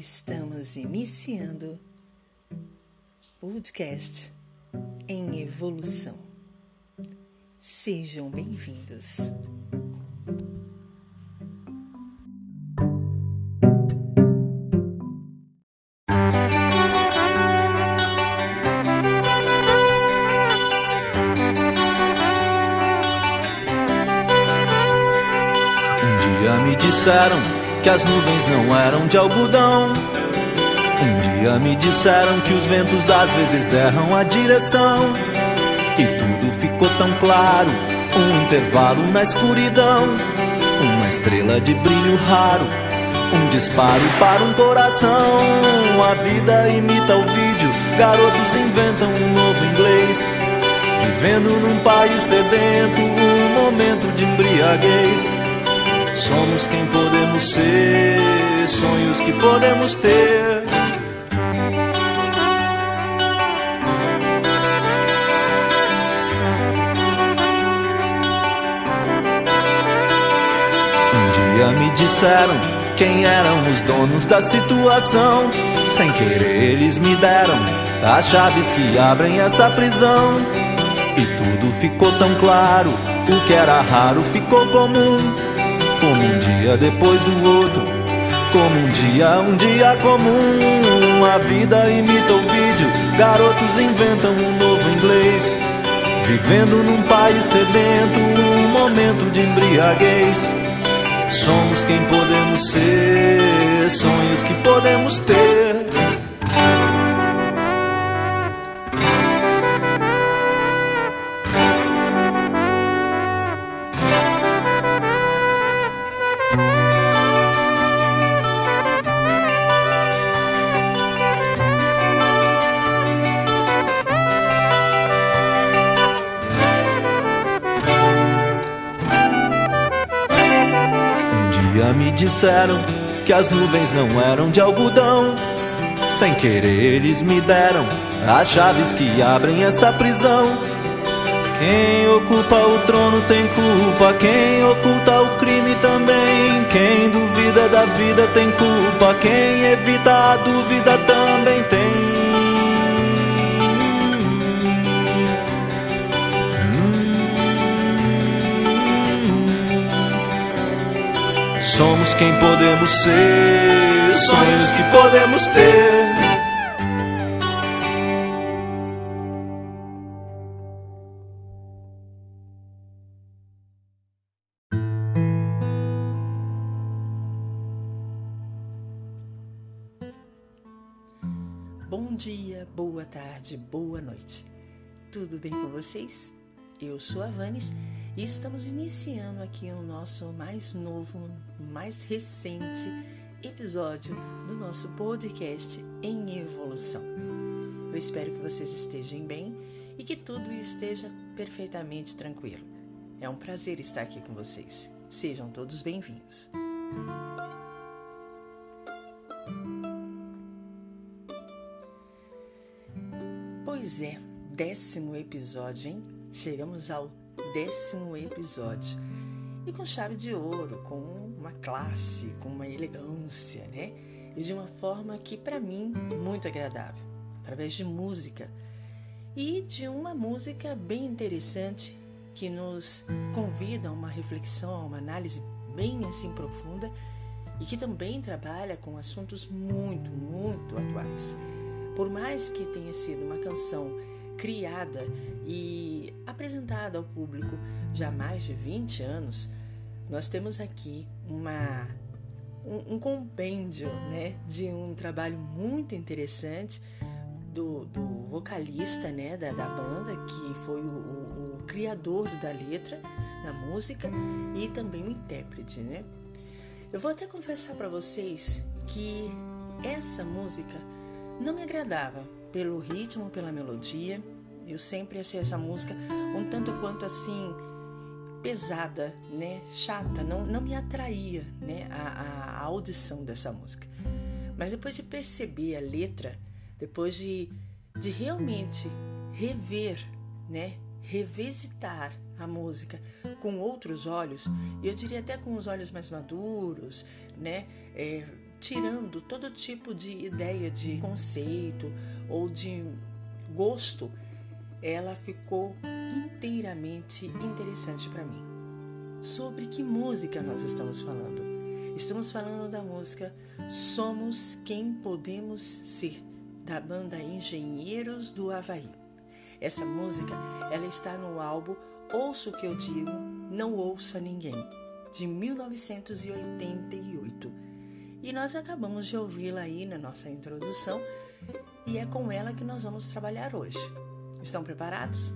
Estamos iniciando o podcast em evolução. Sejam bem-vindos. Um dia me disseram que as nuvens não eram de algodão. Um dia me disseram que os ventos às vezes erram a direção. E tudo ficou tão claro, um intervalo na escuridão, uma estrela de brilho raro, um disparo para um coração. A vida imita o vídeo, garotos inventam um novo inglês, vivendo num país sedento, um momento de embriaguez. Somos quem podemos ser, sonhos que podemos ter. Um dia me disseram quem eram os donos da situação. Sem querer eles me deram as chaves que abrem essa prisão. E tudo ficou tão claro, o que era raro ficou comum. Como um dia depois do outro, como um dia comum. A vida imita o vídeo, garotos inventam um novo inglês, vivendo num país sedento, um momento de embriaguez. Somos quem podemos ser, sonhos que podemos ter. Me disseram que as nuvens não eram de algodão. Sem querer eles me deram as chaves que abrem essa prisão. Quem ocupa o trono tem culpa, quem oculta o crime também. Quem duvida da vida tem culpa, quem evita a dúvida também tem. Somos quem podemos ser, sonhos que podemos ter. Bom dia, boa tarde, boa noite. Tudo bem com vocês? Eu sou a Vanes e estamos iniciando aqui o nosso mais novo, mais recente episódio do nosso podcast em evolução. Eu espero que vocês estejam bem e que tudo esteja perfeitamente tranquilo. É um prazer estar aqui com vocês. Sejam todos bem-vindos. Pois é, 10º episódio, hein? Chegamos ao 10º episódio e com chave de ouro, com uma classe, com uma elegância, né? E de uma forma que para mim muito agradável, através de música e de uma música bem interessante que nos convida a uma reflexão, a uma análise bem assim profunda e que também trabalha com assuntos muito, muito atuais. Por mais que tenha sido uma canção criada e apresentada ao público já há mais de 20 anos, nós temos aqui um compêndio, né, de um trabalho muito interessante do vocalista, né, da banda, que foi o criador da letra, da música e também o intérprete, né? Eu vou até confessar para vocês que essa música não me agradava pelo ritmo, pela melodia. Eu sempre achei essa música um tanto quanto assim pesada, né, chata, não me atraía, né, a audição dessa música. Mas depois de perceber a letra, depois de realmente rever, né, revisitar a música com outros olhos, e eu diria até com os olhos mais maduros, né, tirando todo tipo de ideia de conceito ou de gosto, ela ficou inteiramente interessante para mim. Sobre que música nós estamos falando? Estamos falando da música Somos Quem Podemos Ser, da banda Engenheiros do Havaí. Essa música, ela está no álbum Ouça o Que Eu Digo, Não Ouça Ninguém, de 1988. E nós acabamos de ouvi-la aí na nossa introdução, e é com ela que nós vamos trabalhar hoje. Estão preparados?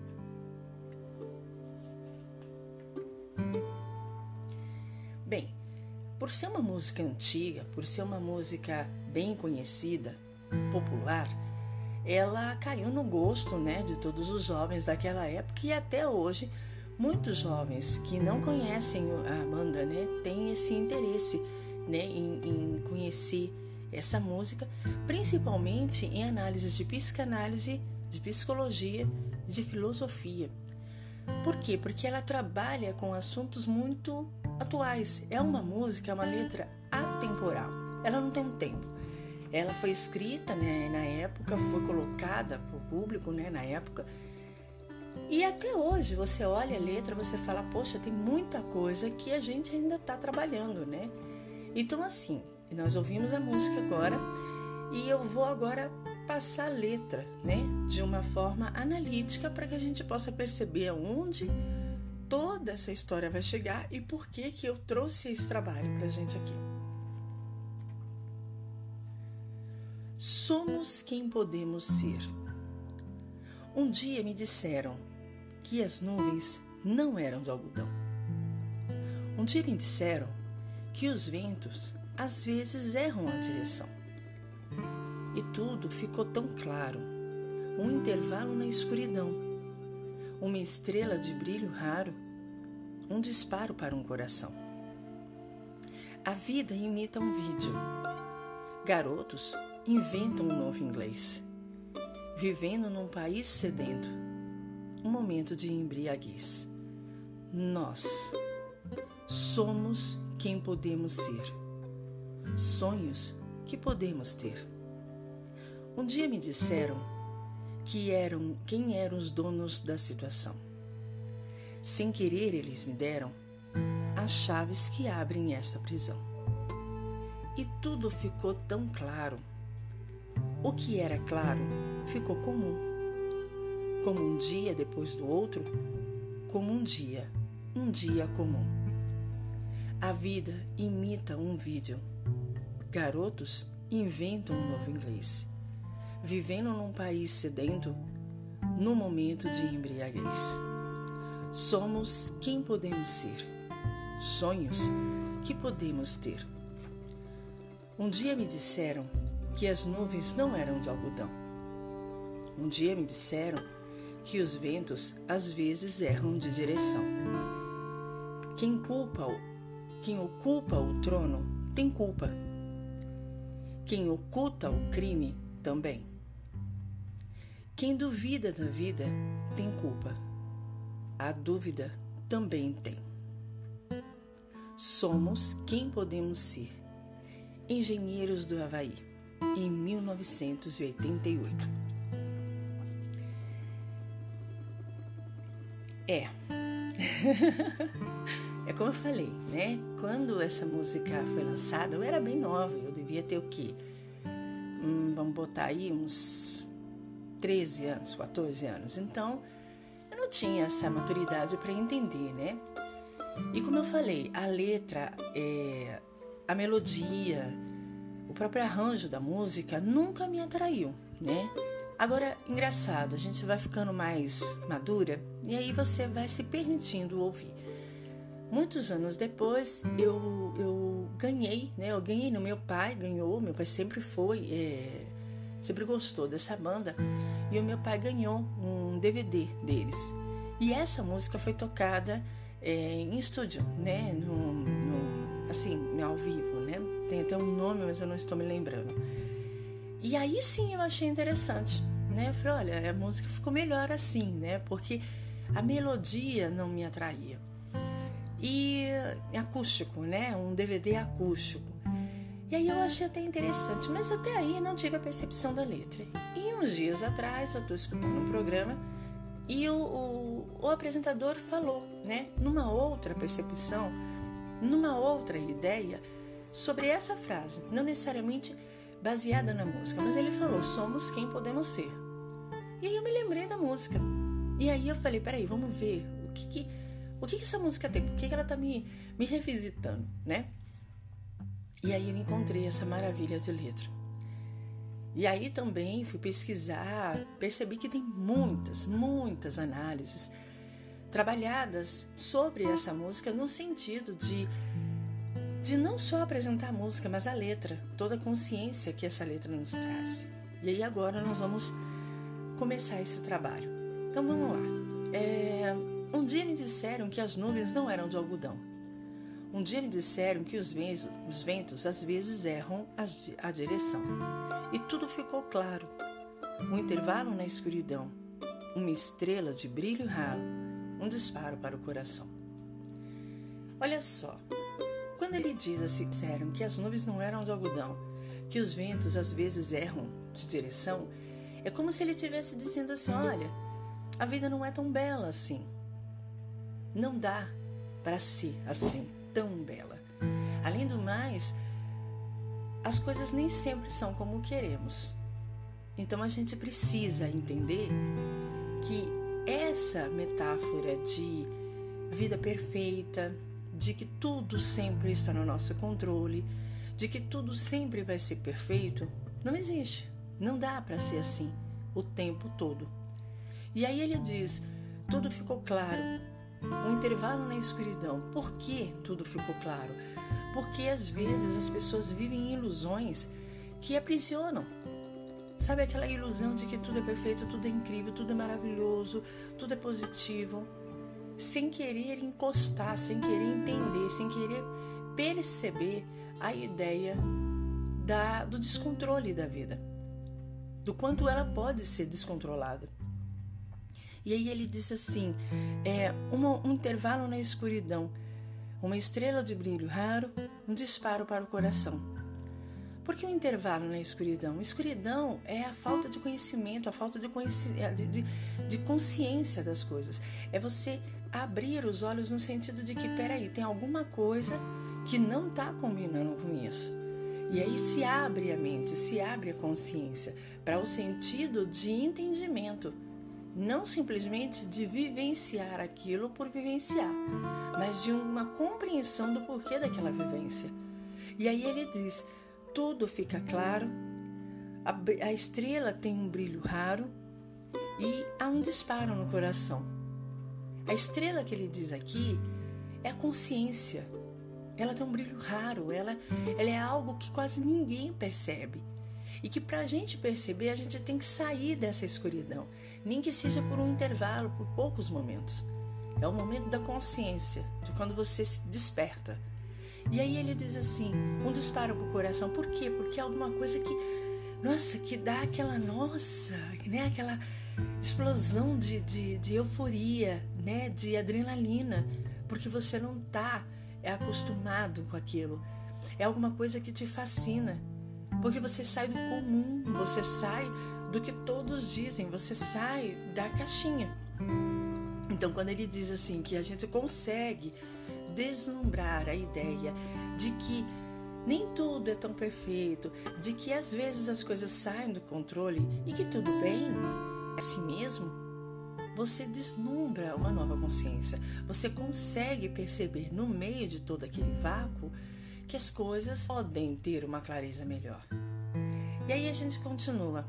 Bem, por ser uma música antiga, por ser uma música bem conhecida, popular, ela caiu no gosto, de todos os jovens daquela época, e até hoje muitos jovens que não conhecem a banda, têm esse interesse, em conhecer essa música, principalmente em análises de psicanálise, de psicologia, de filosofia. Por quê? Porque ela trabalha com assuntos muito atuais. É uma música, é uma letra atemporal. Ela não tem um tempo. Ela foi escrita, na época, foi colocada para o público, na época. E até hoje, você olha a letra, você fala, poxa, tem muita coisa que a gente ainda está trabalhando, Então, assim, nós ouvimos a música agora e eu vou agora passar a letra, de uma forma analítica para que a gente possa perceber aonde toda essa história vai chegar e por que eu trouxe esse trabalho para a gente aqui. Somos quem podemos ser. Um dia me disseram que as nuvens não eram de algodão. Um dia me disseram que os ventos às vezes erram a direção. E tudo ficou tão claro, um intervalo na escuridão, uma estrela de brilho raro, um disparo para um coração. A vida imita um vídeo. Garotos inventam um novo inglês, vivendo num país sedento, um momento de embriaguez. Nós somos quem podemos ser, sonhos que podemos ter. Um dia me disseram quem eram os donos da situação. Sem querer, eles me deram as chaves que abrem essa prisão. E tudo ficou tão claro. O que era claro ficou comum. Como um dia depois do outro, como um dia comum. A vida imita um vídeo. Garotos inventam um novo inglês, vivendo num país sedento, num momento de embriaguez. Somos quem podemos ser, sonhos que podemos ter. Um dia me disseram que as nuvens não eram de algodão. Um dia me disseram que os ventos às vezes erram de direção. Quem ocupa o trono tem culpa. Quem oculta o crime também. Quem duvida da vida tem culpa. A dúvida também tem. Somos quem podemos ser. Engenheiros do Havaí, em 1988. É como eu falei, Quando essa música foi lançada, eu era bem nova, eu devia ter o quê? Vamos botar aí uns 13 anos, 14 anos. Então, eu não tinha essa maturidade para entender, E como eu falei, a letra, a melodia, o próprio arranjo da música nunca me atraiu, Agora, engraçado, a gente vai ficando mais madura e aí você vai se permitindo ouvir. Muitos anos depois, eu ganhei, Eu ganhei no meu pai, meu pai sempre sempre gostou dessa banda, e o meu pai ganhou um DVD deles. E essa música foi tocada em estúdio, assim, ao vivo, Tem até um nome, mas eu não estou me lembrando. E aí sim eu achei interessante, Eu falei, olha, a música ficou melhor assim, Porque a melodia não me atraía. E acústico, um DVD acústico. E aí eu achei até interessante, mas até aí não tive a percepção da letra. E uns dias atrás eu estou escutando um programa e o apresentador falou, né, numa outra percepção, numa outra ideia, sobre essa frase, não necessariamente baseada na música, mas ele falou, somos quem podemos ser. E aí eu me lembrei da música. E aí eu falei, peraí, vamos ver o que essa música tem, por que ela está me revisitando, né? E aí eu encontrei essa maravilha de letra. E aí também fui pesquisar, percebi que tem muitas análises trabalhadas sobre essa música no sentido de não só apresentar a música, mas a letra, toda a consciência que essa letra nos traz. E aí agora nós vamos começar esse trabalho. Então vamos lá. Um dia me disseram que as nuvens não eram de algodão. Um dia me disseram que os ventos às vezes erram a direção. E tudo ficou claro. Um intervalo na escuridão, uma estrela de brilho raro, um disparo para o coração. Olha só, quando ele diz assim, disseram que as nuvens não eram de algodão, que os ventos às vezes erram de direção, é como se ele estivesse dizendo assim, olha, a vida não é tão bela assim. Não dá para ser assim, tão bela. Além do mais, as coisas nem sempre são como queremos. Então a gente precisa entender que essa metáfora de vida perfeita, de que tudo sempre está no nosso controle, de que tudo sempre vai ser perfeito, não existe. Não dá para ser assim o tempo todo. E aí ele diz, tudo ficou claro. Um intervalo na escuridão. Por que tudo ficou claro? Porque às vezes as pessoas vivem em ilusões que aprisionam. Sabe aquela ilusão de que tudo é perfeito, tudo é incrível, tudo é maravilhoso, tudo é positivo, sem querer encostar, sem querer entender, sem querer perceber a ideia do descontrole da vida, do quanto ela pode ser descontrolada. E aí ele diz assim, um intervalo na escuridão, uma estrela de brilho raro, um disparo para o coração. Por que um intervalo na escuridão? Escuridão é a falta de conhecimento, a falta de consciência das coisas. É você abrir os olhos no sentido de que, peraí, tem alguma coisa que não está combinando com isso. E aí se abre a mente, se abre a consciência para o sentido de entendimento. Não simplesmente de vivenciar aquilo por vivenciar, mas de uma compreensão do porquê daquela vivência. E aí ele diz, tudo fica claro, a estrela tem um brilho raro e há um disparo no coração. A estrela que ele diz aqui é a consciência. Ela tem um brilho raro, ela é algo que quase ninguém percebe. E que para a gente perceber, a gente tem que sair dessa escuridão, nem que seja por um intervalo, por poucos momentos. É o momento da consciência, de quando você se desperta. E aí ele diz assim, um disparo para o coração. Por quê? Porque é alguma coisa que dá aquela, né, aquela explosão de euforia, né, de adrenalina, porque você não está acostumado com aquilo. É alguma coisa que te fascina. Porque você sai do comum, você sai do que todos dizem, você sai da caixinha. Então, quando ele diz assim que a gente consegue deslumbrar a ideia de que nem tudo é tão perfeito, de que às vezes as coisas saem do controle e que tudo bem, é assim mesmo, você deslumbra uma nova consciência. Você consegue perceber no meio de todo aquele vácuo que as coisas podem ter uma clareza melhor. E aí a gente continua.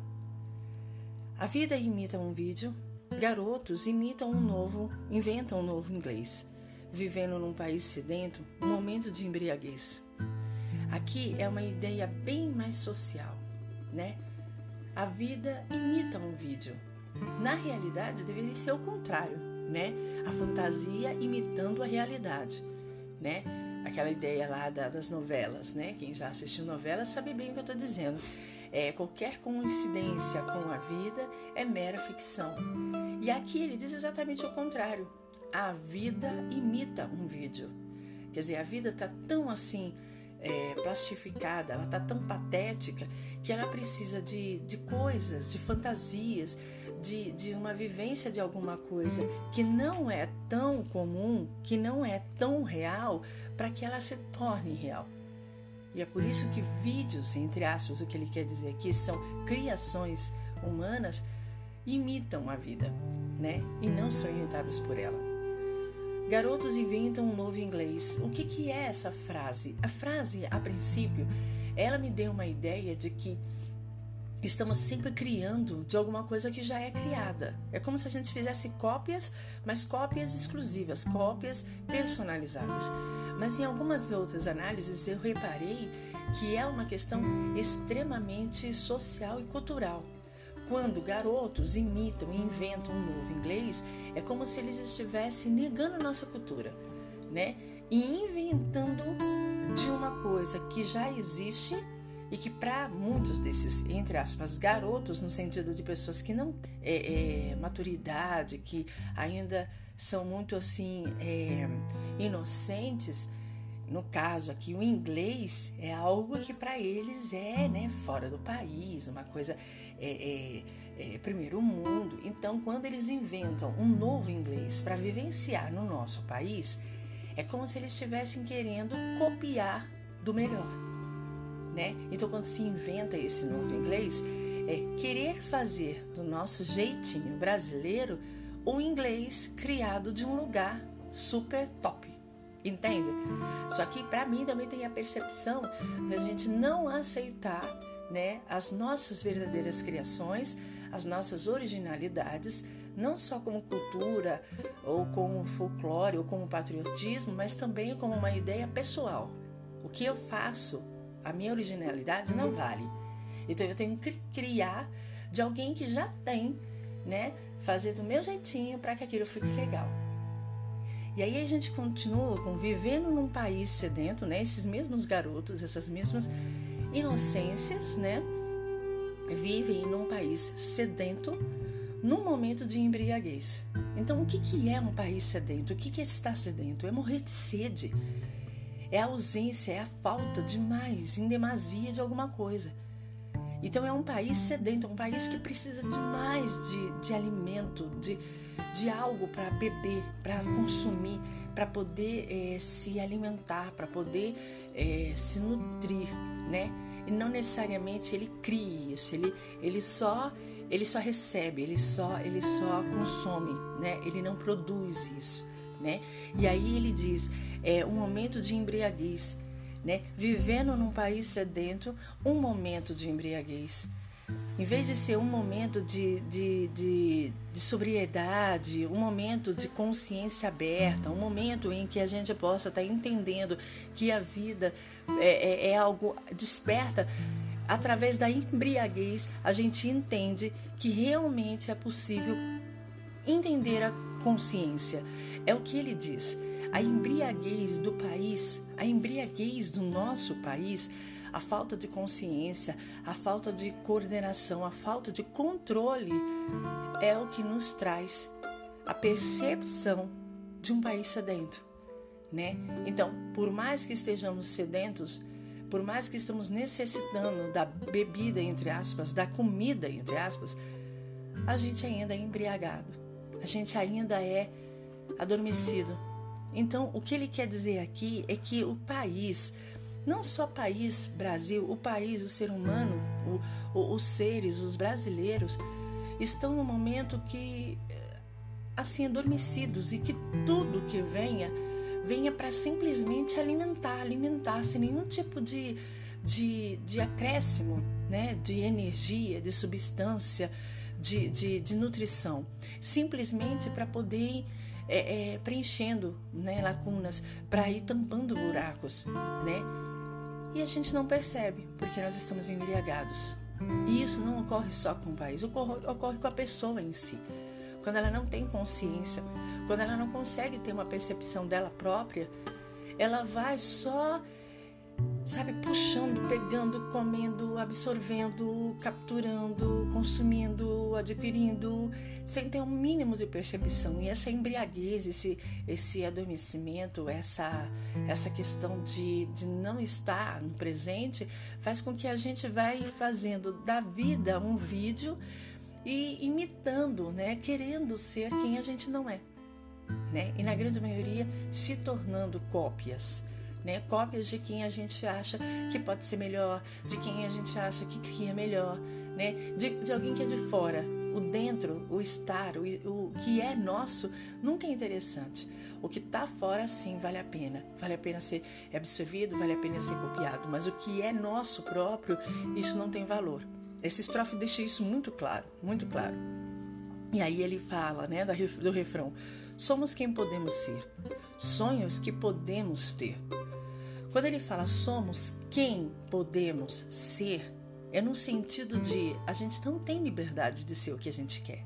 A vida imita um vídeo, garotos inventam um novo inglês, vivendo num país sedento, um momento de embriaguez. Aqui é uma ideia bem mais social, né? A vida imita um vídeo. Na realidade, deveria ser o contrário, né? A fantasia imitando a realidade, né? Aquela ideia lá das novelas, né? Quem já assistiu novelas sabe bem o que eu estou dizendo. Qualquer coincidência com a vida é mera ficção. E aqui ele diz exatamente o contrário. A vida imita um vídeo. Quer dizer, a vida está tão assim, plastificada, ela está tão patética que ela precisa de coisas, de fantasias, de uma vivência de alguma coisa que não é tão comum, que não é tão real, para que ela se torne real. E é por isso que vídeos, entre aspas, o que ele quer dizer aqui, são criações humanas, imitam a vida, né? E não são imitadas por ela. Garotos inventam um novo inglês. O que é essa frase? A frase, a princípio, ela me deu uma ideia de que estamos sempre criando de alguma coisa que já é criada. É como se a gente fizesse cópias, mas cópias exclusivas, cópias personalizadas. Mas em algumas outras análises eu reparei que é uma questão extremamente social e cultural. Quando garotos imitam e inventam um novo inglês, é como se eles estivessem negando a nossa cultura, né? E inventando de uma coisa que já existe e que para muitos desses, entre aspas, garotos, no sentido de pessoas que não têm maturidade, que ainda são muito assim inocentes, no caso aqui o inglês é algo que para eles é, né, fora do país, uma coisa primeiro mundo. Então quando eles inventam um novo inglês para vivenciar no nosso país, é como se eles estivessem querendo copiar do melhor, né? Então quando se inventa esse novo inglês, é querer fazer do nosso jeitinho brasileiro o inglês criado de um lugar super top, entende? Só que para mim também tem a percepção da gente não aceitar, né, as nossas verdadeiras criações, as nossas originalidades, não só como cultura ou como folclore ou como patriotismo, mas também como uma ideia pessoal. O que eu faço, a minha originalidade não vale. Então eu tenho que criar de alguém que já tem, né, fazer do meu jeitinho para que aquilo fique legal. E aí a gente continua vivendo num país sedento, né? Esses mesmos garotos, essas mesmas inocências, né? Vivem num país sedento, num momento de embriaguez. Então, o que é um país sedento? O que é estar sedento? É morrer de sede. É a ausência, é a falta de mais, em demasia de alguma coisa. Então, é um país sedento, um país que precisa de mais de alimento, de algo para beber, para consumir, para poder se alimentar, para poder se nutrir, né? E não necessariamente ele cria isso, ele só recebe, ele só consome, né? Ele não produz isso, né? E aí ele diz, um momento de embriaguez, né? Vivendo num país sedento, um momento de embriaguez. Em vez de ser um momento de sobriedade, um momento de consciência aberta, um momento em que a gente possa estar entendendo que a vida é algo desperta, através da embriaguez a gente entende que realmente é possível entender a consciência. É o que ele diz. A embriaguez do país, a embriaguez do nosso país, a falta de consciência, a falta de coordenação, a falta de controle é o que nos traz a percepção de um país sedento, né? Então, por mais que estejamos sedentos, por mais que estamos necessitando da bebida, entre aspas, da comida, entre aspas, a gente ainda é embriagado, a gente ainda é adormecido. Então, o que ele quer dizer aqui é que o país, não só país Brasil, o país, o ser humano, os seres, os brasileiros, estão num momento que, assim, adormecidos, e que tudo que venha para simplesmente alimentar, sem nenhum tipo de acréscimo, né, de energia, de substância, de nutrição, simplesmente para poder preenchendo, né, lacunas, para ir tampando buracos, né? E a gente não percebe, porque nós estamos embriagados. E isso não ocorre só com o país, ocorre com a pessoa em si. Quando ela não tem consciência, quando ela não consegue ter uma percepção dela própria, ela vai só sabe, puxando, pegando, comendo, absorvendo, capturando, consumindo, adquirindo, sem ter um mínimo de percepção. E essa embriaguez, esse adormecimento, essa questão de não estar no presente, faz com que a gente vai fazendo da vida um vídeo e imitando, né, querendo ser quem a gente não é, né? E na grande maioria se tornando cópias, né? Cópias de quem a gente acha que pode ser melhor, de quem a gente acha que cria melhor, né? De alguém que é de fora. O dentro, o estar, o que é nosso nunca é interessante. O que está fora, sim, vale a pena ser absorvido, vale a pena ser copiado, mas o que é nosso próprio, isso não tem valor. Essa estrofe deixa isso muito claro, muito claro. E aí ele fala, né, do refrão: somos quem podemos ser, sonhos que podemos ter. Quando ele fala somos quem podemos ser, é no sentido de a gente não tem liberdade de ser o que a gente quer.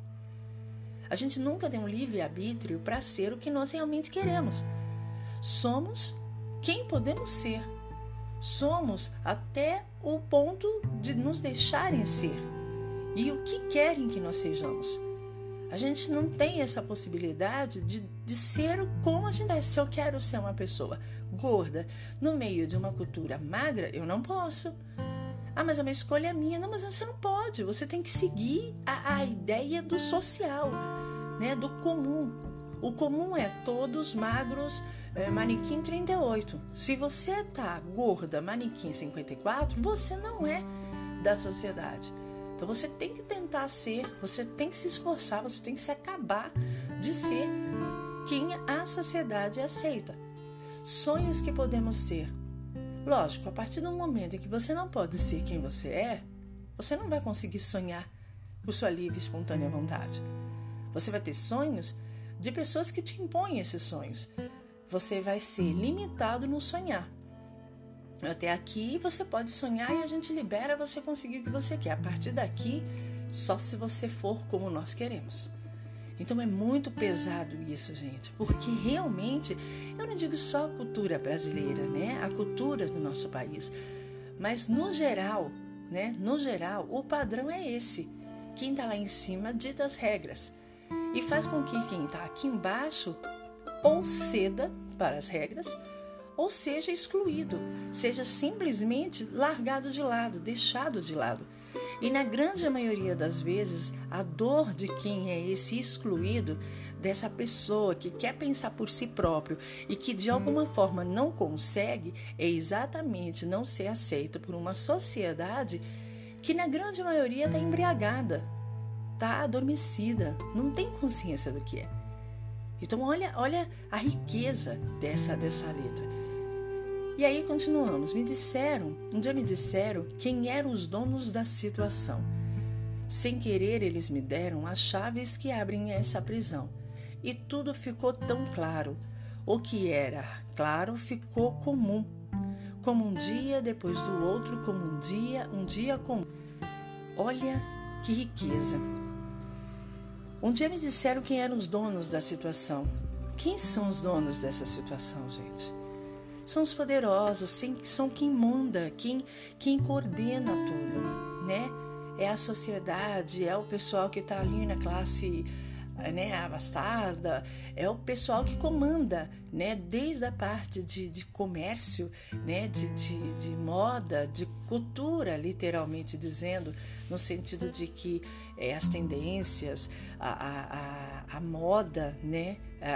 A gente nunca tem um livre-arbítrio para ser o que nós realmente queremos. Somos quem podemos ser. Somos até o ponto de nos deixarem ser. E o que querem que nós sejamos. A gente não tem essa possibilidade de ser como a gente é. Se eu quero ser uma pessoa gorda no meio de uma cultura magra, eu não posso. Ah, mas é uma escolha minha. Não, mas você não pode. Você tem que seguir a ideia do social, né? Do comum. O comum é todos magros, manequim 38. Se você tá gorda, manequim 54, você não é da sociedade. Então você tem que tentar ser, você tem que se esforçar, você tem que se acabar de ser quem a sociedade aceita. Sonhos que podemos ter. Lógico, a partir do momento em que você não pode ser quem você é, você não vai conseguir sonhar por sua livre e espontânea vontade. Você vai ter sonhos de pessoas que te impõem esses sonhos. Você vai ser limitado no sonhar. Até aqui você pode sonhar e a gente libera você conseguir o que você quer. A partir daqui, só se você for como nós queremos. Então é muito pesado isso, gente, porque realmente, eu não digo só a cultura brasileira, né? A cultura do nosso país, mas no geral, né? No geral, o padrão é esse. Quem está lá em cima dita as regras e faz com que quem está aqui embaixo ou ceda para as regras ou seja excluído, seja simplesmente largado de lado, deixado de lado. E na grande maioria das vezes, a dor de quem é esse excluído, dessa pessoa que quer pensar por si próprio e que de alguma forma não consegue, é exatamente não ser aceito por uma sociedade que na grande maioria está embriagada, está adormecida, não tem consciência do que é. Então olha a riqueza dessa letra. E aí continuamos. Um dia me disseram quem eram os donos da situação. Sem querer eles me deram as chaves que abrem essa prisão. E tudo ficou tão claro. O que era claro ficou comum. Como um dia depois do outro, como um dia comum. Olha que riqueza. Um dia me disseram quem eram os donos da situação. Quem são os donos dessa situação, gente? São os poderosos, são quem manda, quem coordena tudo, né? É a sociedade, é o pessoal que está ali na classe, né, abastada, é o pessoal que comanda, né? Desde a parte de comércio, né? De moda, de cultura, literalmente dizendo, no sentido de que as tendências, a moda, né?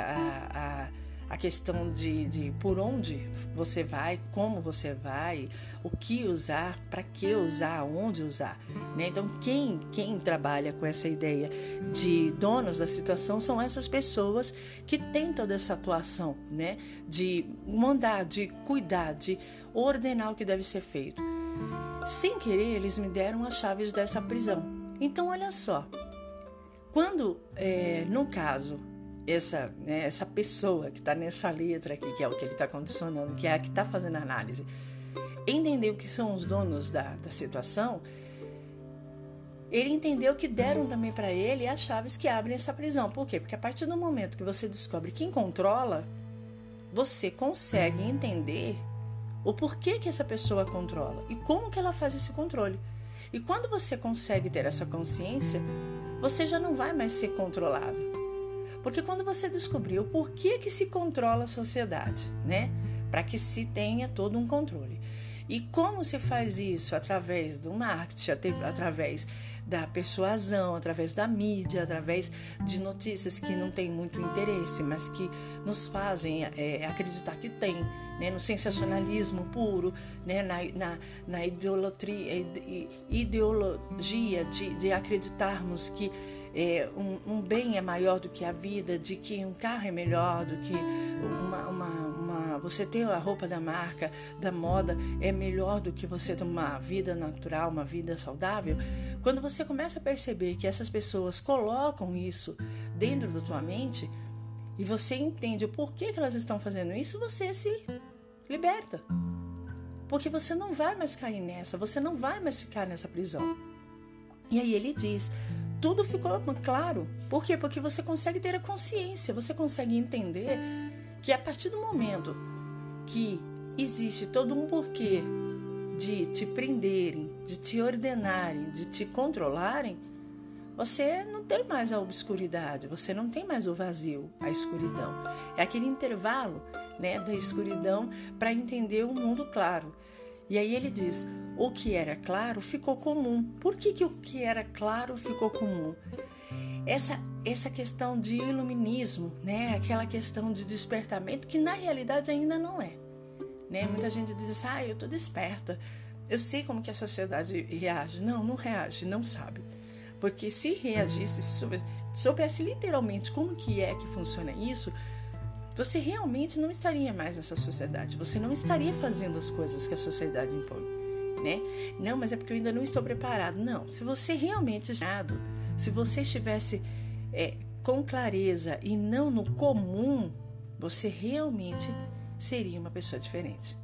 A questão de por onde você vai, como você vai, o que usar, para que usar, onde usar, né? Então, quem trabalha com essa ideia de donos da situação são essas pessoas que têm toda essa atuação, né? De mandar, de cuidar, de ordenar o que deve ser feito. Sem querer, eles me deram as chaves dessa prisão. Então, olha só, quando, no caso, essa pessoa que está nessa letra aqui, que é o que ele está condicionando, que é a que está fazendo a análise, entendeu que são os donos da situação, ele entendeu que deram também para ele as chaves que abrem essa prisão. Por quê? Porque a partir do momento que você descobre quem controla, você consegue entender o porquê que essa pessoa controla e como que ela faz esse controle. E quando você consegue ter essa consciência, você já não vai mais ser controlado. Porque quando você descobriu por que se controla a sociedade, né? Para que se tenha todo um controle. E como se faz isso? Através do marketing, através da persuasão, através da mídia, através de notícias que não têm muito interesse, mas que nos fazem acreditar que tem, né? No sensacionalismo puro, né? na ideologia de acreditarmos que um bem é maior do que a vida, de que um carro é melhor do que você ter a roupa da marca, da moda, é melhor do que você ter uma vida natural, uma vida saudável. Quando você começa a perceber que essas pessoas colocam isso dentro da tua mente e você entende o porquê que elas estão fazendo isso, você se liberta. Porque você não vai mais cair nessa, você não vai mais ficar nessa prisão. E aí ele diz, tudo ficou claro. Por quê? Porque você consegue ter a consciência, você consegue entender que a partir do momento que existe todo um porquê de te prenderem, de te ordenarem, de te controlarem, você não tem mais a obscuridade, você não tem mais o vazio, a escuridão. É aquele intervalo, né, da escuridão para entender o mundo claro. E aí ele diz, o que era claro ficou comum. Por que o que era claro ficou comum? Essa questão de iluminismo, né? Aquela questão de despertamento que na realidade ainda não é, né? Muita gente diz assim, eu tô desperta, eu sei como que a sociedade reage. Não reage, não sabe. Porque se reagisse, se soubesse literalmente como que funciona isso, você realmente não estaria mais nessa sociedade, você não estaria fazendo as coisas que a sociedade impõe, né? Não, mas é porque eu ainda não estou preparado. Não, se você realmente se você estivesse com clareza e não no comum, você realmente seria uma pessoa diferente.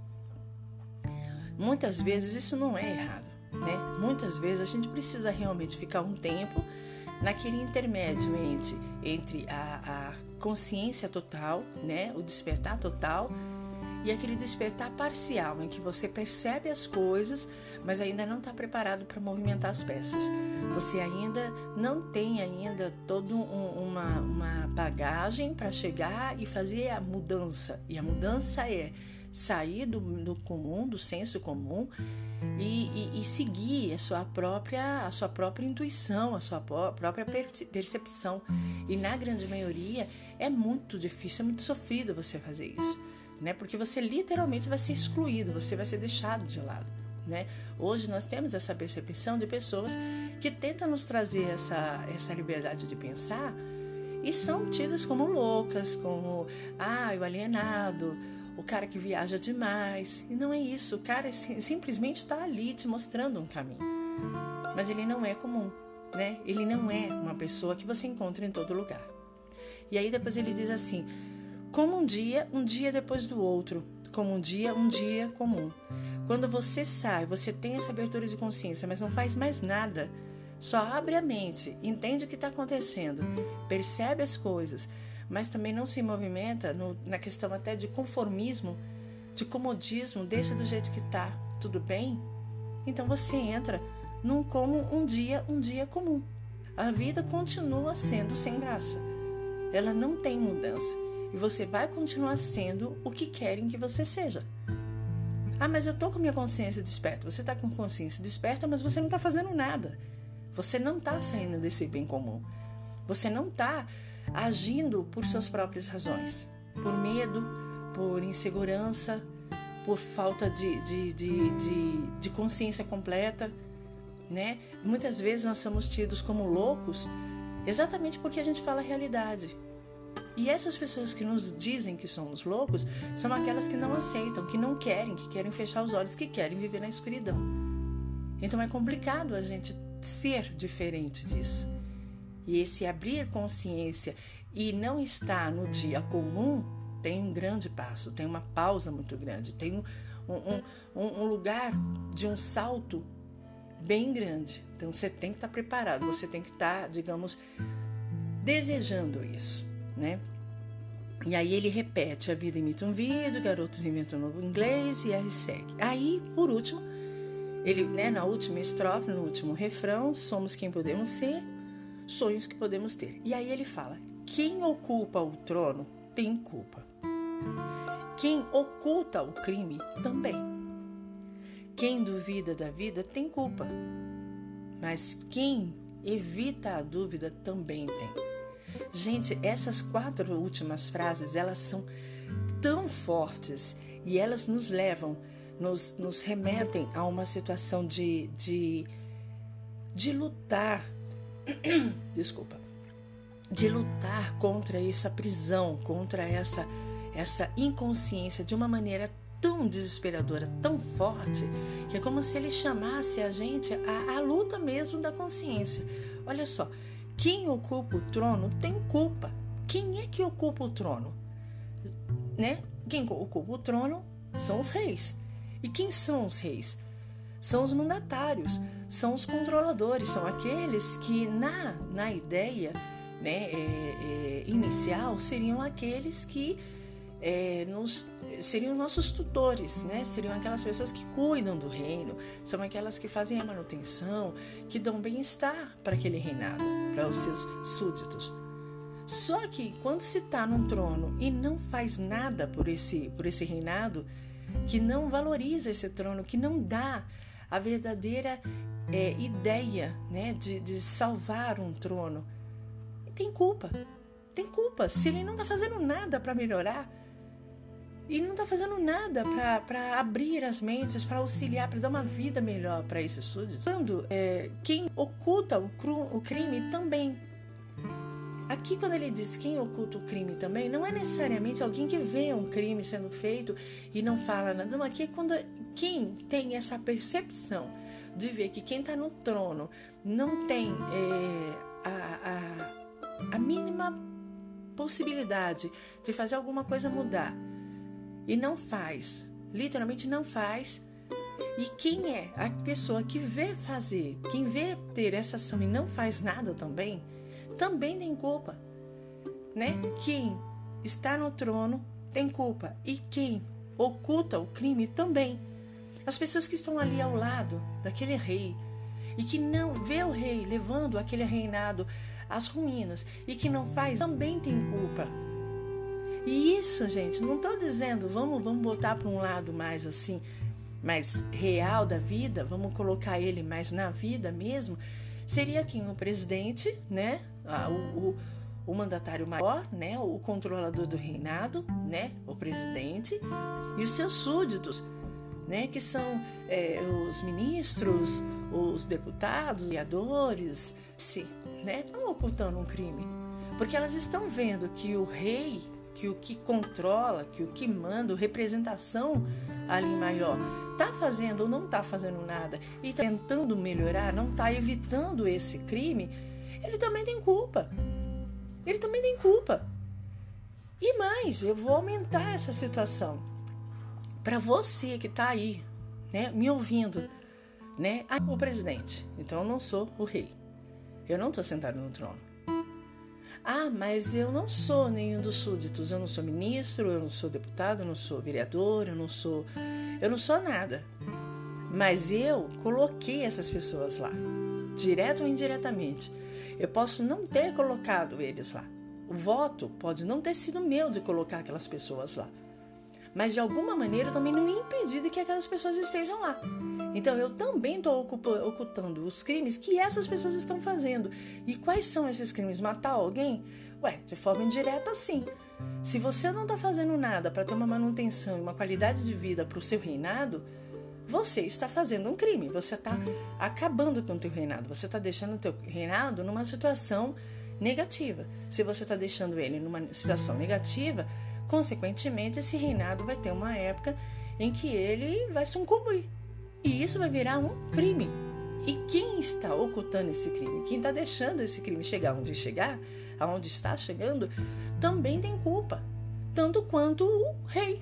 Muitas vezes isso não é errado, né? Muitas vezes a gente precisa realmente ficar um tempo naquele intermédio entre a consciência total, né? O despertar total, e aquele despertar parcial, em que você percebe as coisas, mas ainda não está preparado para movimentar as peças. Você ainda não tem toda uma bagagem para chegar e fazer a mudança. E a mudança é sair do comum, do senso comum, e seguir a sua própria intuição, a sua própria percepção. E na grande maioria é muito difícil, é muito sofrido você fazer isso, né? Porque você literalmente vai ser excluído, você vai ser deixado de lado, né? Hoje nós temos essa percepção de pessoas que tentam nos trazer essa liberdade de pensar e são tidas como loucas, como o alienado, o cara que viaja demais. E não é isso, o cara simplesmente está ali te mostrando um caminho, mas ele não é comum, né? Ele não é uma pessoa que você encontra em todo lugar. E aí depois ele diz assim, como um dia depois do outro, como um dia comum. Quando você sai, você tem essa abertura de consciência, mas não faz mais nada, só abre a mente, entende o que está acontecendo, percebe as coisas, mas também não se movimenta na questão até de conformismo, de comodismo, deixa do jeito que está, tudo bem? Então você entra num como um dia comum. A vida continua sendo sem graça, ela não tem mudança. E você vai continuar sendo o que querem que você seja. Mas eu estou com minha consciência desperta. Você está com consciência desperta, mas você não está fazendo nada. Você não está saindo desse bem comum. Você não está agindo por suas próprias razões. Por medo, por insegurança, por falta de consciência completa, né? Muitas vezes nós somos tidos como loucos exatamente porque a gente fala a realidade. E essas pessoas que nos dizem que somos loucos são aquelas que não aceitam, que não querem, que querem fechar os olhos, que querem viver na escuridão. Então é complicado a gente ser diferente disso. E esse abrir consciência e não estar no dia comum tem um grande passo, tem uma pausa muito grande, tem um lugar de um salto bem grande. Então você tem que estar preparado, você tem que estar, digamos, desejando isso, né? E aí ele repete: a vida imita um vídeo, garotos inventam um novo inglês e aí segue. Aí, por último, ele, na última estrofe, no último refrão, somos quem podemos ser, sonhos que podemos ter. E aí ele fala: quem ocupa o trono tem culpa. Quem oculta o crime também. Quem duvida da vida tem culpa. Mas quem evita a dúvida também tem. Gente, essas 4 últimas frases, elas são tão fortes e elas nos levam, nos remetem a uma situação de lutar, de lutar contra essa prisão, contra essa inconsciência de uma maneira tão desesperadora, tão forte, que é como se ele chamasse a gente à luta mesmo da consciência. Olha só, quem ocupa o trono tem culpa. Quem é que ocupa o trono? Quem ocupa o trono são os reis. E quem são os reis? São os mandatários, são os controladores, são aqueles que na ideia inicial seriam aqueles que seriam nossos tutores, seriam aquelas pessoas que cuidam do reino, são aquelas que fazem a manutenção, que dão bem-estar para aquele reinado, para os seus súditos. Só que quando se está num trono e não faz nada por esse reinado, que não valoriza esse trono, que não dá a verdadeira ideia de salvar um trono, tem culpa. Tem culpa. Se ele não está fazendo nada para melhorar, e não está fazendo nada para abrir as mentes, para auxiliar, para dar uma vida melhor para esses súditos. Quem oculta o crime também. Aqui, quando ele diz quem oculta o crime também, não é necessariamente alguém que vê um crime sendo feito e não fala nada. Não, aqui é quando quem tem essa percepção de ver que quem está no trono não tem a mínima possibilidade de fazer alguma coisa mudar e não faz, literalmente não faz. E quem é a pessoa que vê fazer, quem vê ter essa ação e não faz nada também tem culpa, Quem está no trono tem culpa e quem oculta o crime também. As pessoas que estão ali ao lado daquele rei e que não vê o rei levando aquele reinado às ruínas e que não faz, também tem culpa. E isso, gente, não estou dizendo, vamos botar para um lado mais assim, mais real da vida, vamos colocar ele mais na vida mesmo. Seria quem? O presidente, o mandatário maior, o controlador do reinado, o presidente, e os seus súditos, que são os ministros, os deputados, os vereadores, estão ocultando um crime, porque elas estão vendo que o rei, que o que controla, que o que manda, a representação ali maior, está fazendo ou não está fazendo nada e está tentando melhorar, não está evitando esse crime, ele também tem culpa. Ele também tem culpa. E mais, eu vou aumentar essa situação. Para você que está aí, me ouvindo, o presidente. Então eu não sou o rei. Eu não estou sentado no trono. Ah, mas eu não sou nenhum dos súditos. Eu não sou ministro, eu não sou deputado, eu não sou vereador, eu não sou nada. Mas eu coloquei essas pessoas lá, direto ou indiretamente. Eu posso não ter colocado eles lá. O voto pode não ter sido meu de colocar aquelas pessoas lá. Mas de alguma maneira eu também não me impedi de que aquelas pessoas estejam lá. Então eu também estou ocultando os crimes que essas pessoas estão fazendo. E quais são esses crimes? Matar alguém? De forma indireta, sim. Se você não está fazendo nada para ter uma manutenção e uma qualidade de vida para o seu reinado, você está fazendo um crime. Você está acabando com o teu reinado. Você está deixando o teu reinado numa situação negativa. Se você está deixando ele numa situação negativa, consequentemente, esse reinado vai ter uma época em que ele vai sucumbir. E isso vai virar um crime. E quem está ocultando esse crime, quem está deixando esse crime chegar aonde está chegando, também tem culpa. Tanto quanto o rei.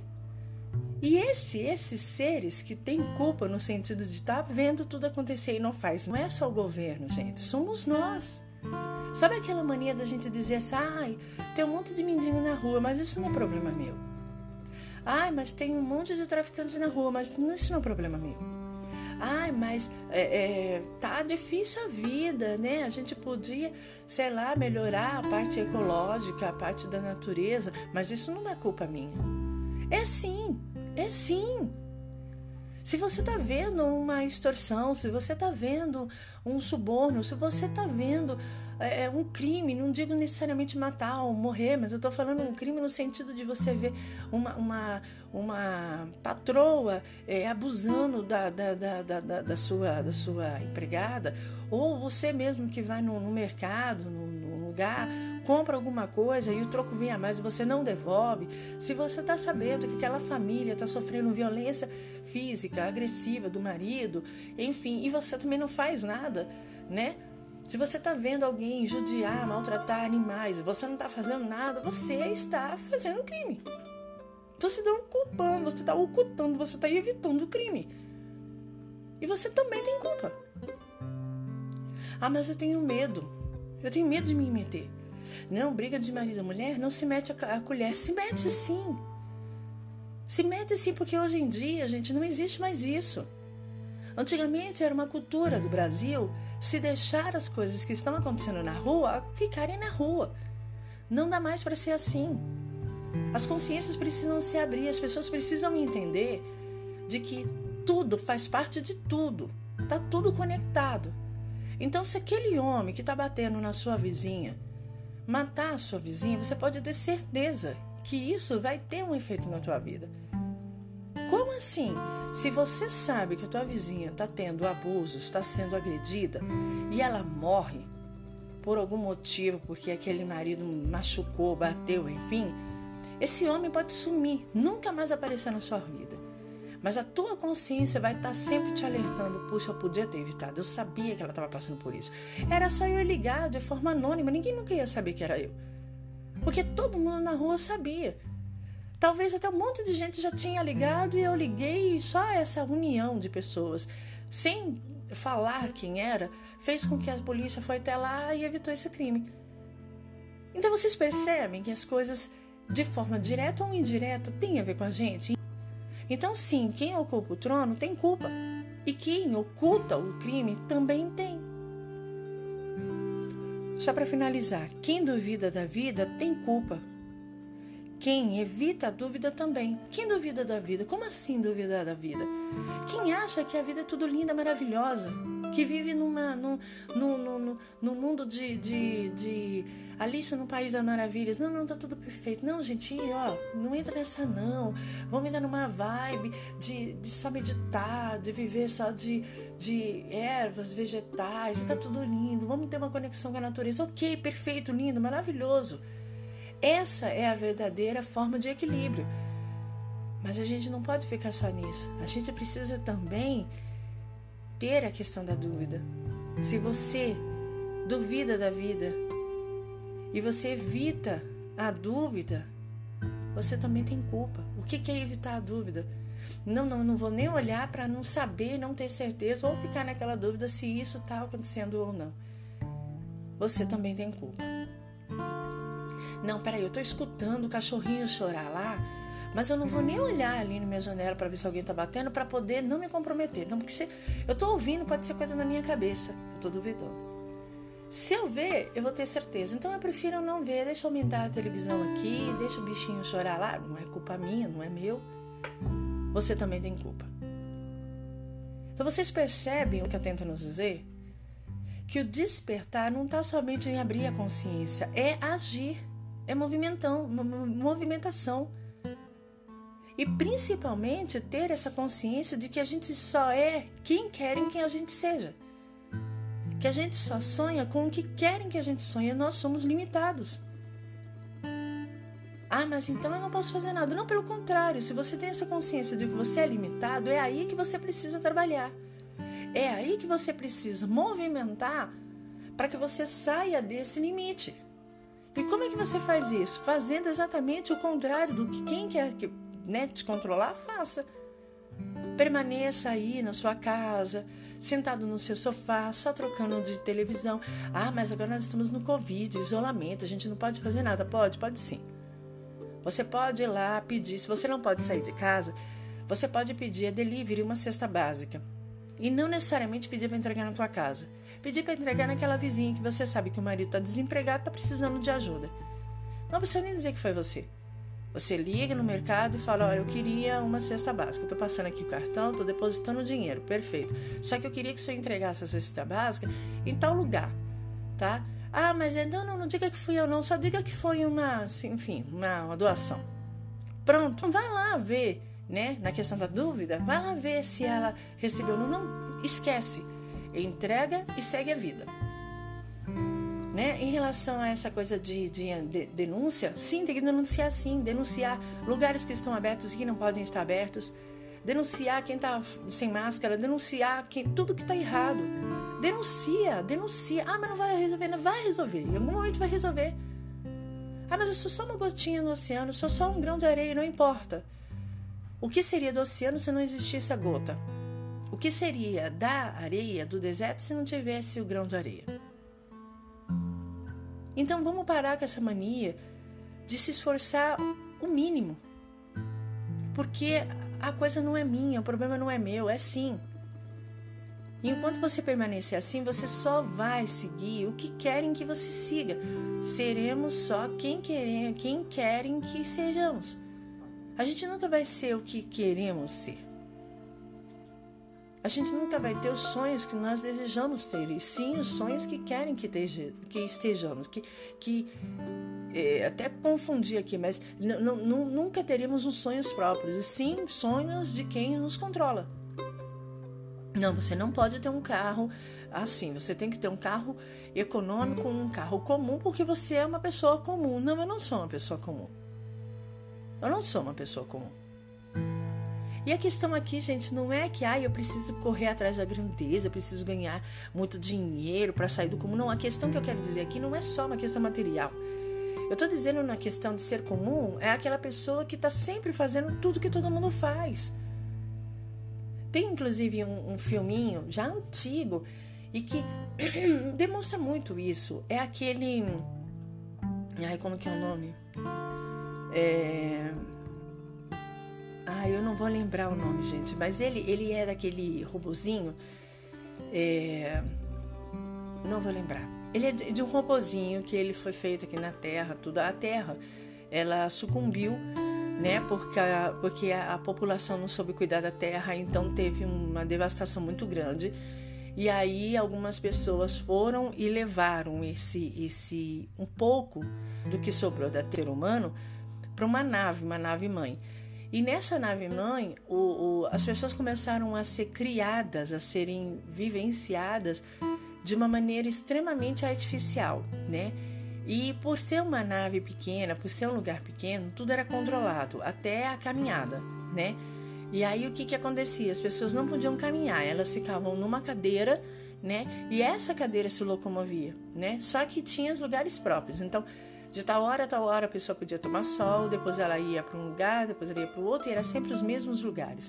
E esses seres que têm culpa no sentido de estar vendo tudo acontecer e não faz. Não é só o governo, gente. Somos nós. Sabe aquela mania da gente dizer assim, ai, tem um monte de mendigo na rua, mas isso não é problema meu. Ai, mas tem um monte de traficante na rua, mas isso não é problema meu. Ai, mas tá difícil a vida, né? A gente podia, sei lá, melhorar a parte ecológica, a parte da natureza, mas isso não é culpa minha. É sim. Se você está vendo uma extorsão, se você está vendo um suborno, se você está vendo um crime, não digo necessariamente matar ou morrer, mas eu estou falando um crime no sentido de você ver uma patroa abusando da sua empregada, ou você mesmo que vai no mercado, num lugar, compra alguma coisa e o troco vem a mais e você não devolve. Se você está sabendo que aquela família está sofrendo violência física, agressiva do marido, enfim, e você também não faz nada, né? Se você está vendo alguém judiar, maltratar animais e você não está fazendo nada, você está fazendo crime. Você está culpando, você está ocultando, você está evitando o crime. E você também tem culpa. Ah, mas eu tenho medo. Eu tenho medo de me meter. Não, briga de marido e mulher, não se mete a colher. Se mete sim. Se mete sim, porque hoje em dia, gente, não existe mais isso. Antigamente era uma cultura do Brasil se deixar as coisas que estão acontecendo na rua ficarem na rua. Não dá mais para ser assim. As consciências precisam se abrir, as pessoas precisam entender de que tudo faz parte de tudo. Está tudo conectado. Então, se aquele homem que está batendo na sua vizinha matar a sua vizinha, você pode ter certeza que isso vai ter um efeito na tua vida. Como assim? Se você sabe que a tua vizinha está tendo abuso, está sendo agredida e ela morre por algum motivo, porque aquele marido machucou, bateu, enfim, esse homem pode sumir, nunca mais aparecer na sua vida. Mas a tua consciência vai estar sempre te alertando. Puxa, eu podia ter evitado, eu sabia que ela estava passando por isso. Era só eu ligar de forma anônima, ninguém nunca ia saber que era eu. Porque todo mundo na rua sabia. Talvez até um monte de gente já tinha ligado e eu liguei, e só essa união de pessoas, sem falar quem era, fez com que a polícia foi até lá e evitou esse crime. Então vocês percebem que as coisas, de forma direta ou indireta, têm a ver com a gente? Então sim, quem ocupa o trono tem culpa. E quem oculta o crime também tem. Só para finalizar, quem duvida da vida tem culpa. Quem evita a dúvida também. Quem duvida da vida? Como assim duvidar da vida? Quem acha que a vida é tudo linda, maravilhosa, que vive num mundo de Alice no País das Maravilhas. Não, tá tudo perfeito. Não, gente, não entra nessa não. Vamos entrar numa vibe de só meditar, de viver só de ervas, vegetais, tá tudo lindo. Vamos ter uma conexão com a natureza. Ok, perfeito, lindo, maravilhoso. Essa é a verdadeira forma de equilíbrio. Mas a gente não pode ficar só nisso. A gente precisa também ter a questão da dúvida. Se você duvida da vida e você evita a dúvida, você também tem culpa. O que é evitar a dúvida? Não vou nem olhar para não saber, não ter certeza ou ficar naquela dúvida se isso está acontecendo ou não. Você também tem culpa. Não, peraí, eu estou escutando o cachorrinho chorar lá, mas eu não vou nem olhar ali na minha janela para ver se alguém está batendo para poder não me comprometer. Não, porque se eu estou ouvindo, pode ser coisa na minha cabeça. Eu estou duvidando. Se eu ver, eu vou ter certeza. Então eu prefiro não ver, deixa eu aumentar a televisão aqui, deixa o bichinho chorar lá. Não é culpa minha, não é meu. Você também tem culpa. Então vocês percebem o que eu tento nos dizer? Que o despertar não está somente em abrir a consciência, é agir, é movimentação. E principalmente ter essa consciência de que a gente só é quem querem que a gente seja. Que a gente só sonha com o que querem que a gente sonhe, nós somos limitados. Ah, mas então eu não posso fazer nada. Não, pelo contrário, se você tem essa consciência de que você é limitado, é aí que você precisa trabalhar. É aí que você precisa movimentar para que você saia desse limite. E como é que você faz isso? Fazendo exatamente o contrário do que quem quer te controlar, faça. Permaneça aí na sua casa, sentado no seu sofá, só trocando de televisão. Ah, mas agora nós estamos no Covid, isolamento, a gente não pode fazer nada. Pode sim. Você pode ir lá pedir, se você não pode sair de casa, você pode pedir a delivery, uma cesta básica. E não necessariamente pedir para entregar na tua casa. Pedir para entregar naquela vizinha que você sabe que o marido está desempregado, está precisando de ajuda. Não precisa nem dizer que foi você. Você liga no mercado e fala, olha, eu queria uma cesta básica. Estou passando aqui o cartão, estou depositando o dinheiro. Perfeito. Só que eu queria que o senhor entregasse essa cesta básica em tal lugar, tá? Ah, mas não diga que fui eu não, só diga que foi uma doação. Pronto, vai lá ver, né? Na questão da dúvida, vai lá ver se ela recebeu ou não. Esquece. Entrega e segue a vida. Né? Em relação a essa coisa de denúncia, sim, tem que denunciar sim, denunciar lugares que estão abertos e que não podem estar abertos, denunciar quem está sem máscara, denunciar tudo que está errado, denuncia, ah, mas não vai resolver, não vai resolver, em algum momento vai resolver. Ah, mas eu sou só uma gotinha no oceano, sou só um grão de areia, não importa. O que seria do oceano se não existisse a gota? O que seria da areia, do deserto, se não tivesse o grão de areia? Então vamos parar com essa mania de se esforçar o mínimo. Porque a coisa não é minha, o problema não é meu, é sim. E enquanto você permanecer assim, você só vai seguir o que querem que você siga. Seremos só quem querem que sejamos. A gente nunca vai ser o que queremos ser. A gente nunca vai ter os sonhos que nós desejamos ter, e sim os sonhos que querem que estejamos, até confundi aqui, mas nunca teremos uns sonhos próprios, e sim sonhos de quem nos controla. Não, você não pode ter um carro assim, você tem que ter um carro econômico, um carro comum, porque você é uma pessoa comum. Não, eu não sou uma pessoa comum. Eu não sou uma pessoa comum. E a questão aqui, gente, não é que eu preciso correr atrás da grandeza, eu preciso ganhar muito dinheiro para sair do comum. Não, a questão que eu quero dizer aqui não é só uma questão material. Eu estou dizendo na questão de ser comum, é aquela pessoa que está sempre fazendo tudo que todo mundo faz. Tem, inclusive, um filminho já antigo e que demonstra muito isso. É aquele... como que é o nome? Eu não vou lembrar o nome, gente, mas ele é daquele robozinho, não vou lembrar. Ele é de um robozinho que ele foi feito aqui na Terra, a Terra, ela sucumbiu, né, porque a população não soube cuidar da Terra, então teve uma devastação muito grande, e aí algumas pessoas foram e levaram um pouco do que sobrou da ser humano para uma nave mãe. E nessa nave-mãe, as pessoas começaram a ser criadas, a serem vivenciadas de uma maneira extremamente artificial, né? E por ser uma nave pequena, por ser um lugar pequeno, tudo era controlado, até a caminhada, né? E aí o que acontecia? As pessoas não podiam caminhar, elas ficavam numa cadeira, né? E essa cadeira se locomovia, né? Só que tinha os lugares próprios, então... De tal hora a tal hora a pessoa podia tomar sol, depois ela ia para um lugar, depois ela ia para o outro, e era sempre os mesmos lugares.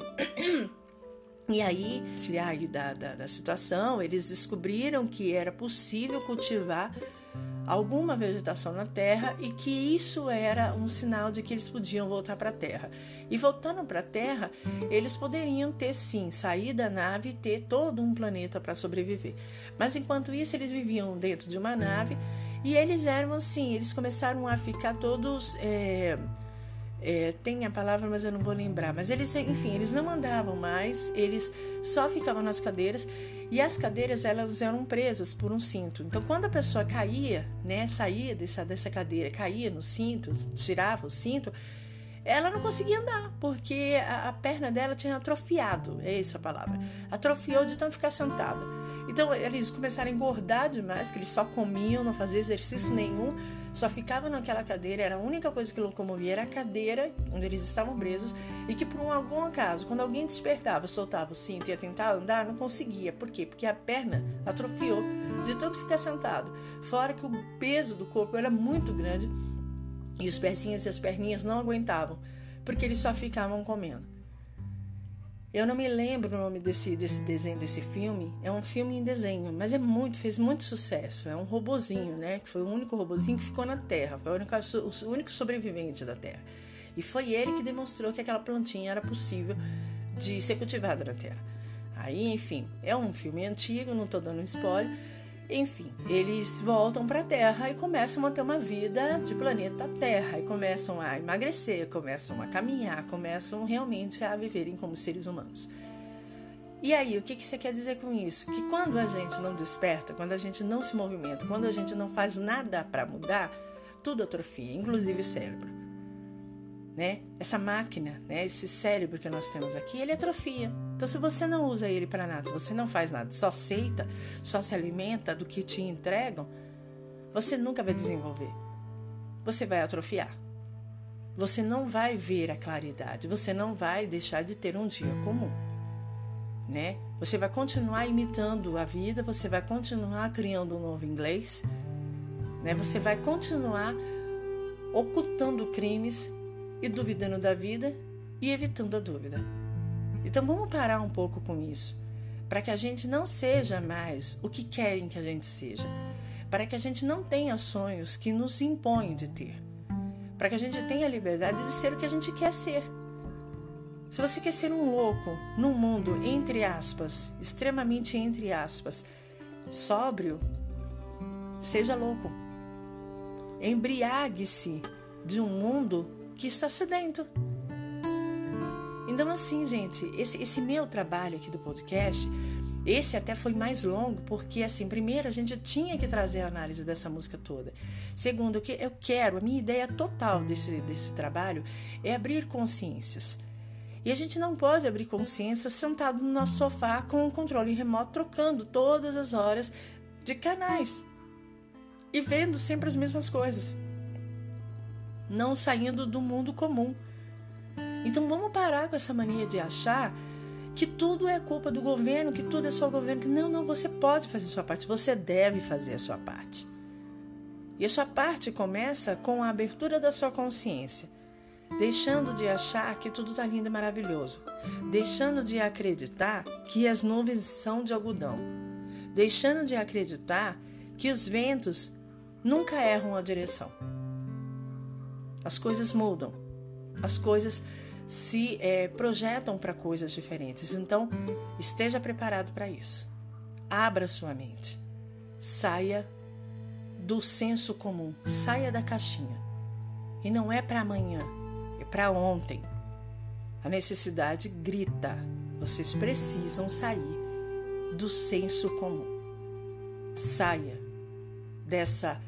E aí, da situação, eles descobriram que era possível cultivar alguma vegetação na Terra e que isso era um sinal de que eles podiam voltar para a Terra. E voltando para a Terra, eles poderiam ter sim, sair da nave e ter todo um planeta para sobreviver. Mas enquanto isso, eles viviam dentro de uma nave e eles eram assim, eles começaram a ficar todos... tem a palavra, mas eu não vou lembrar. Mas eles, enfim, eles não andavam mais, eles só ficavam nas cadeiras e as cadeiras elas eram presas por um cinto. Então, quando a pessoa caía, né, saía dessa cadeira, caía no cinto, tirava o cinto, ela não conseguia andar, porque a perna dela tinha atrofiado, é essa a palavra, atrofiou de tanto ficar sentada. Então, eles começaram a engordar demais, que eles só comiam, não faziam exercício nenhum, só ficavam naquela cadeira, era a única coisa que locomovia, era a cadeira onde eles estavam presos, e que por algum acaso, quando alguém despertava, soltava o cinto e ia tentar andar, não conseguia. Por quê? Porque a perna atrofiou de tanto ficar sentado. Fora que o peso do corpo era muito grande, e os pezinhos e as perninhas não aguentavam, porque eles só ficavam comendo. Eu não me lembro o nome desse desenho, desse filme. É um filme em desenho, mas fez muito sucesso. É um robozinho, né? Que foi o único robozinho que ficou na Terra. Foi o único sobrevivente da Terra. E foi ele que demonstrou que aquela plantinha era possível de ser cultivada na Terra. Aí, enfim, é um filme antigo, não estou dando spoiler. Enfim, eles voltam para a Terra e começam a ter uma vida de planeta Terra. E começam a emagrecer, começam a caminhar, começam realmente a viverem como seres humanos. E aí, o que você quer dizer com isso? Que quando a gente não desperta, quando a gente não se movimenta, quando a gente não faz nada para mudar, tudo atrofia, inclusive o cérebro. Né? Essa máquina, né? Esse cérebro que nós temos aqui, ele atrofia. Então, se você não usa ele para nada, se você não faz nada, só aceita, só se alimenta do que te entregam, você nunca vai desenvolver. Você vai atrofiar. Você não vai ver a claridade, você não vai deixar de ter um dia comum. Né? Você vai continuar imitando a vida, você vai continuar criando um novo inglês, né? Você vai continuar ocultando crimes e duvidando da vida e evitando a dúvida. Então vamos parar um pouco com isso, para que a gente não seja mais o que querem que a gente seja, para que a gente não tenha sonhos que nos impõem de ter, para que a gente tenha a liberdade de ser o que a gente quer ser. Se você quer ser um louco num mundo, entre aspas, extremamente entre aspas, sóbrio, seja louco. Embriague-se de um mundo que está sedento. Então, assim, gente, esse meu trabalho aqui do podcast, esse até foi mais longo, porque, assim, primeiro a gente tinha que trazer a análise dessa música toda. Segundo, o que eu quero, a minha ideia total desse trabalho é abrir consciências. E a gente não pode abrir consciências sentado no nosso sofá com o controle remoto, trocando todas as horas de canais e vendo sempre as mesmas coisas, não saindo do mundo comum. Então vamos parar com essa mania de achar que tudo é culpa do governo, que tudo é só o governo. Não, você pode fazer a sua parte, você deve fazer a sua parte. E a sua parte começa com a abertura da sua consciência, deixando de achar que tudo está lindo e maravilhoso, deixando de acreditar que as nuvens são de algodão, deixando de acreditar que os ventos nunca erram a direção. As coisas mudam, as coisas se projetam para coisas diferentes. Então, esteja preparado para isso. Abra sua mente. Saia do senso comum. Saia da caixinha. E não é para amanhã, é para ontem. A necessidade grita. Vocês precisam sair do senso comum. Saia dessa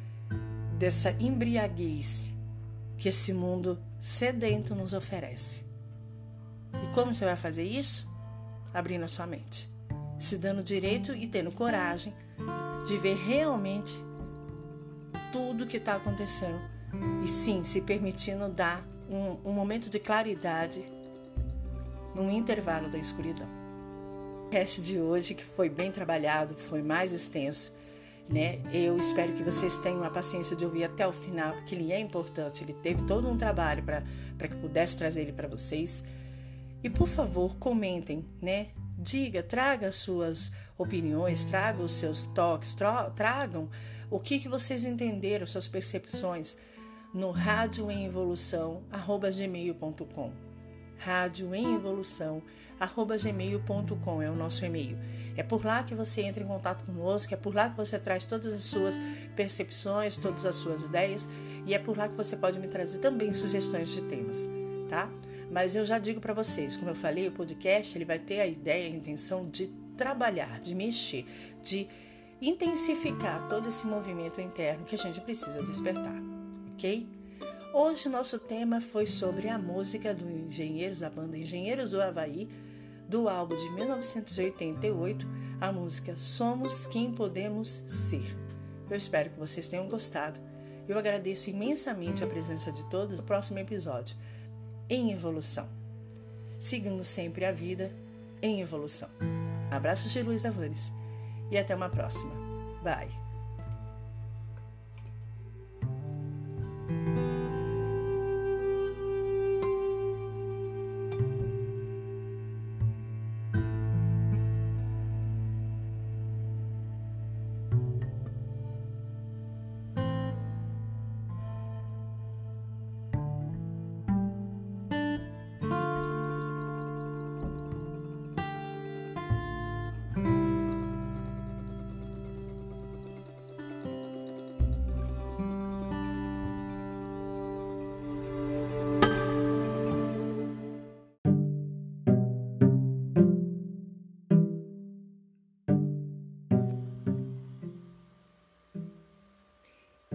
embriaguez que esse mundo sedento nos oferece. E como você vai fazer isso? Abrindo a sua mente, se dando direito e tendo coragem de ver realmente tudo que está acontecendo. E sim, se permitindo dar um momento de claridade num intervalo da escuridão. O cast de hoje, que foi bem trabalhado, foi mais extenso, né? Eu espero que vocês tenham a paciência de ouvir até o final, porque ele é importante, ele teve todo um trabalho para que eu pudesse trazer ele para vocês. E por favor, comentem, né? Diga, traga as suas opiniões, traga os seus toques, tragam o que vocês entenderam, suas percepções no radioemevolução@gmail.com. radioemevolução@gmail.com é o nosso e-mail. É por lá que você entra em contato conosco, é por lá que você traz todas as suas percepções, todas as suas ideias, e é por lá que você pode me trazer também sugestões de temas, tá? Mas eu já digo para vocês, como eu falei, o podcast ele vai ter a ideia, a intenção de trabalhar, de mexer, de intensificar todo esse movimento interno que a gente precisa despertar, ok? Hoje nosso tema foi sobre a música do Engenheiros, da banda Engenheiros do Havaí, do álbum de 1988, a música Somos Quem Podemos Ser. Eu espero que vocês tenham gostado. Eu agradeço imensamente a presença de todos no próximo episódio, em evolução. Seguindo sempre a vida em evolução. Abraços de Luiz Avanes e até uma próxima. Bye!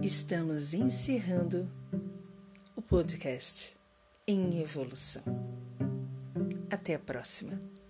estamos encerrando o podcast em evolução. Até a próxima.